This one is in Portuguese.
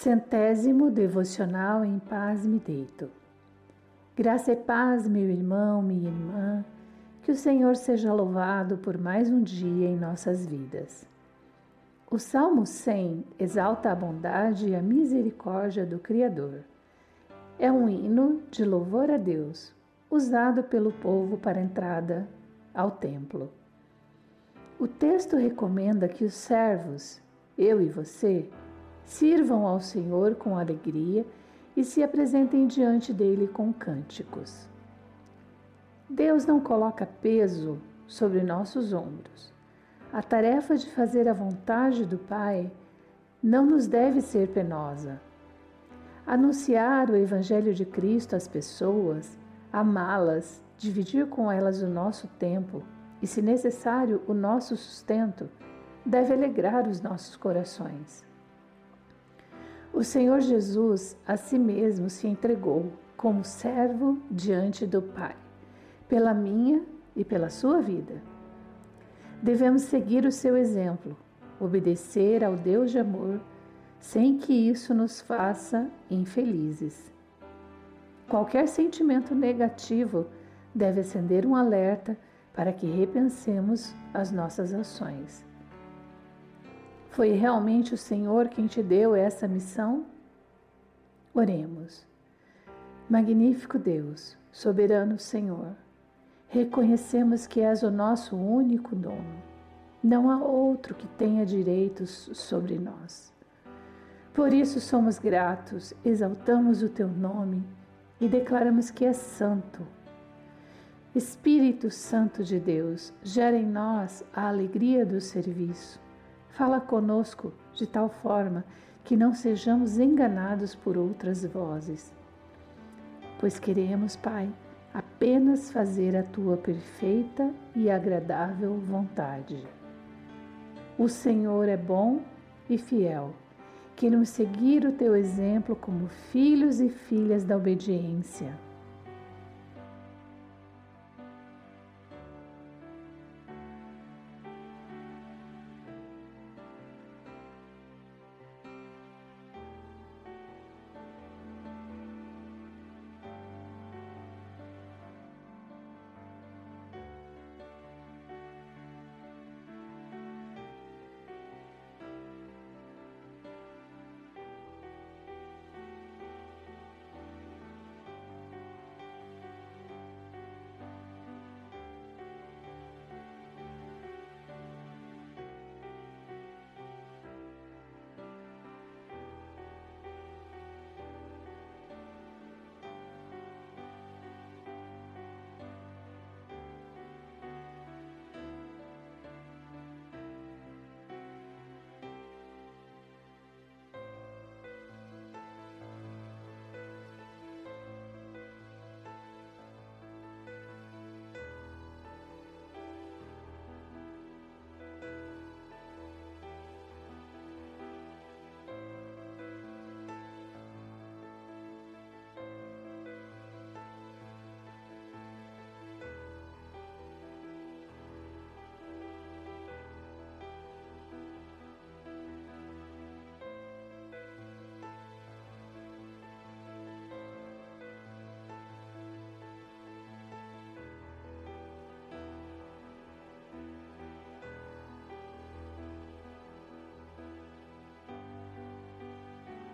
Centésimo devocional Em Paz Me Deito. Graça e paz, meu irmão, minha irmã, que o Senhor seja louvado por mais um dia em nossas vidas. O Salmo 100 exalta a bondade e a misericórdia do Criador. É um hino de louvor a Deus, usado pelo povo para a entrada ao templo. O texto recomenda que os servos, eu e você, sirvam ao Senhor com alegria e se apresentem diante dele com cânticos. Deus não coloca peso sobre nossos ombros. A tarefa de fazer a vontade do Pai não nos deve ser penosa. Anunciar o Evangelho de Cristo às pessoas, amá-las, dividir com elas o nosso tempo e, se necessário, o nosso sustento, deve alegrar os nossos corações. O Senhor Jesus a si mesmo se entregou como servo diante do Pai, pela minha e pela sua vida. Devemos seguir o seu exemplo, obedecer ao Deus de amor, sem que isso nos faça infelizes. Qualquer sentimento negativo deve acender um alerta para que repensemos as nossas ações. Foi realmente o Senhor quem te deu essa missão? Oremos. Magnífico Deus, soberano Senhor, reconhecemos que és o nosso único dono. Não há outro que tenha direitos sobre nós. Por isso somos gratos, exaltamos o teu nome e declaramos que és santo. Espírito Santo de Deus, gera em nós a alegria do serviço. Fala conosco de tal forma que não sejamos enganados por outras vozes. Pois queremos, Pai, apenas fazer a Tua perfeita e agradável vontade. O Senhor é bom e fiel. Queremos seguir o Teu exemplo como filhos e filhas da obediência.